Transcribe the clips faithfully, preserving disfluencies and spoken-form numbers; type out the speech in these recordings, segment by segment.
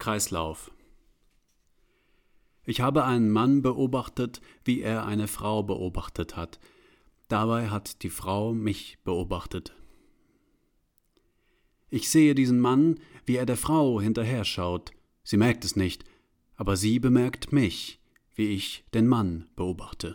Kreislauf. Ich habe einen Mann beobachtet, wie er eine Frau beobachtet hat. Dabei hat die Frau mich beobachtet. Ich sehe diesen Mann, wie er der Frau hinterher schaut. Sie merkt es nicht, aber sie bemerkt mich, wie ich den Mann beobachte.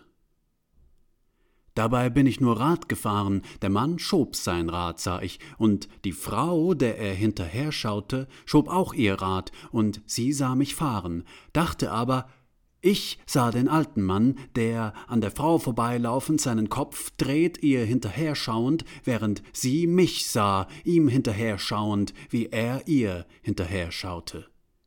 Dabei bin ich nur Rad gefahren, der Mann schob sein Rad, sah ich, und die Frau, der er hinterher schaute, schob auch ihr Rad, und sie sah mich fahren, dachte aber, ich sah den alten Mann, der, an der Frau vorbeilaufend, seinen Kopf dreht, ihr hinterher schauend, während sie mich sah, ihm hinterher schauend, wie er ihr hinterher schaute.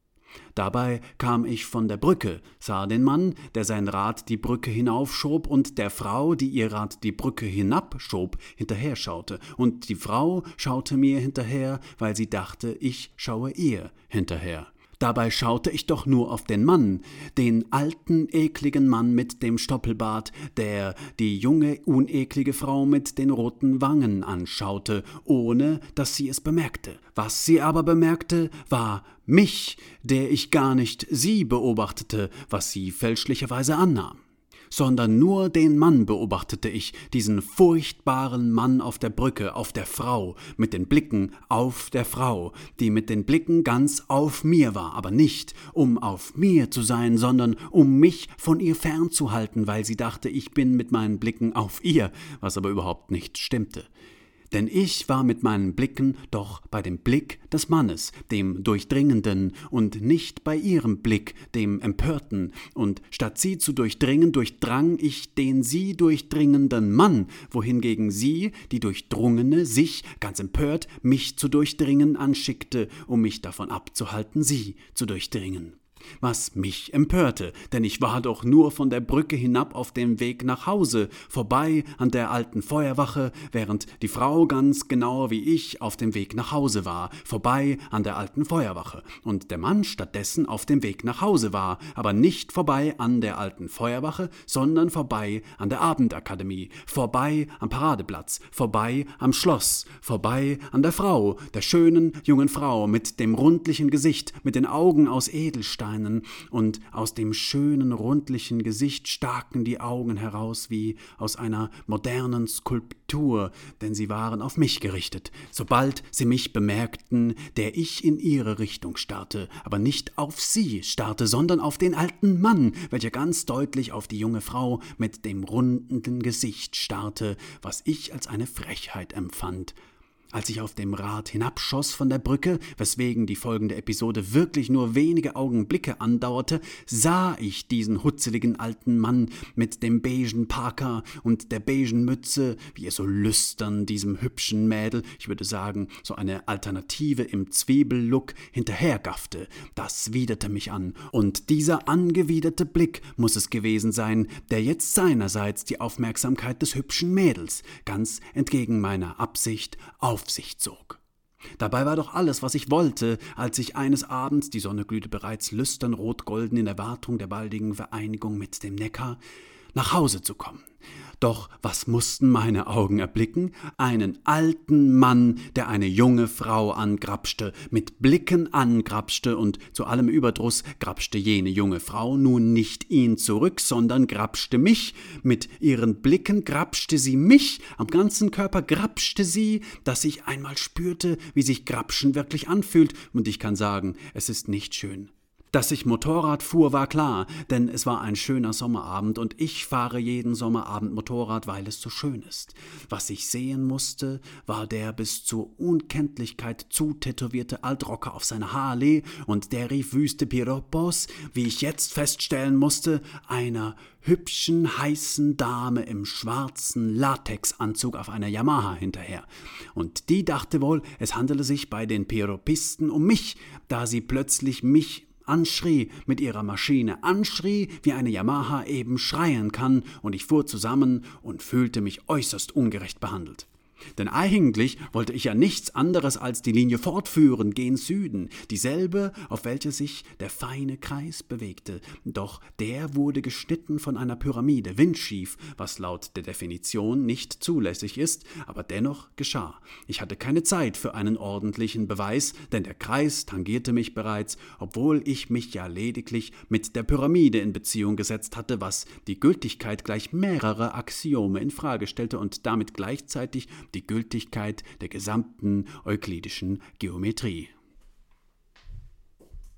Dabei kam ich von der Brücke, sah den Mann, der sein Rad die Brücke hinaufschob, und der Frau, die ihr Rad die Brücke hinabschob, hinterher schaute, und die Frau schaute mir hinterher, weil sie dachte, ich schaue ihr hinterher. Dabei schaute ich doch nur auf den Mann, den alten, ekligen Mann mit dem Stoppelbart, der die junge, uneklige Frau mit den roten Wangen anschaute, ohne dass sie es bemerkte. Was sie aber bemerkte, war mich, der ich gar nicht sie beobachtete, was sie fälschlicherweise annahm. Sondern nur den Mann beobachtete ich, diesen furchtbaren Mann auf der Brücke, auf der Frau, mit den Blicken auf der Frau, die mit den Blicken ganz auf mir war, aber nicht, um auf mir zu sein, sondern um mich von ihr fernzuhalten, weil sie dachte, ich bin mit meinen Blicken auf ihr, was aber überhaupt nicht stimmte. Denn ich war mit meinen Blicken doch bei dem Blick des Mannes, dem Durchdringenden, und nicht bei ihrem Blick, dem Empörten, und statt sie zu durchdringen, durchdrang ich den sie durchdringenden Mann, wohingegen sie, die Durchdrungene, sich, ganz empört, mich zu durchdringen anschickte, um mich davon abzuhalten, sie zu durchdringen. Was mich empörte, denn ich war doch nur von der Brücke hinab auf dem Weg nach Hause, vorbei an der alten Feuerwache, während die Frau ganz genau wie ich auf dem Weg nach Hause war, vorbei an der alten Feuerwache, und der Mann stattdessen auf dem Weg nach Hause war, aber nicht vorbei an der alten Feuerwache, sondern vorbei an der Abendakademie, vorbei am Paradeplatz, vorbei am Schloss, vorbei an der Frau, der schönen jungen Frau mit dem rundlichen Gesicht, mit den Augen aus Edelstein, und aus dem schönen, rundlichen Gesicht staken die Augen heraus wie aus einer modernen Skulptur, denn sie waren auf mich gerichtet, sobald sie mich bemerkten, der ich in ihre Richtung starrte, aber nicht auf sie starrte, sondern auf den alten Mann, welcher ganz deutlich auf die junge Frau mit dem runden Gesicht starrte, was ich als eine Frechheit empfand. Als ich auf dem Rad hinabschoss von der Brücke, weswegen die folgende Episode wirklich nur wenige Augenblicke andauerte, sah ich diesen hutzeligen alten Mann mit dem beigen Parker und der beigen Mütze, wie er so lüstern diesem hübschen Mädel, ich würde sagen, so eine Alternative im Zwiebellook, hinterhergaffte. Das widerte mich an, und dieser angewiderte Blick muss es gewesen sein, der jetzt seinerseits die Aufmerksamkeit des hübschen Mädels, ganz entgegen meiner Absicht, auf sich zog. Dabei war doch alles, was ich wollte, als ich eines Abends, die Sonne glühte bereits lüstern rot-golden in Erwartung der baldigen Vereinigung mit dem Neckar, nach Hause zu kommen. Doch was mussten meine Augen erblicken? Einen alten Mann, der eine junge Frau angrapschte, mit Blicken angrapschte, und zu allem Überdruss grapschte jene junge Frau nun nicht ihn zurück, sondern grapschte mich. Mit ihren Blicken grapschte sie mich, am ganzen Körper grapschte sie, dass ich einmal spürte, wie sich Grapschen wirklich anfühlt, und ich kann sagen, es ist nicht schön. Dass ich Motorrad fuhr, war klar, denn es war ein schöner Sommerabend, und ich fahre jeden Sommerabend Motorrad, weil es so schön ist. Was ich sehen musste, war der bis zur Unkenntlichkeit zutätowierte Altrocker auf seiner Harley, und der rief wüste Piropos, wie ich jetzt feststellen musste, einer hübschen, heißen Dame im schwarzen Latexanzug auf einer Yamaha hinterher. Und die dachte wohl, es handele sich bei den Piropisten um mich, da sie plötzlich mich anschrie mit ihrer Maschine, anschrie, wie eine Yamaha eben schreien kann, und ich fuhr zusammen und fühlte mich äußerst ungerecht behandelt. Denn eigentlich wollte ich ja nichts anderes als die Linie fortführen gen Süden, dieselbe, auf welche sich der feine Kreis bewegte. Doch der wurde geschnitten von einer Pyramide, windschief, was laut der Definition nicht zulässig ist, aber dennoch geschah. Ich hatte keine Zeit für einen ordentlichen Beweis, denn der Kreis tangierte mich bereits, obwohl ich mich ja lediglich mit der Pyramide in Beziehung gesetzt hatte, was die Gültigkeit gleich mehrerer Axiome in Frage stellte und damit gleichzeitig die Gültigkeit der gesamten euklidischen Geometrie.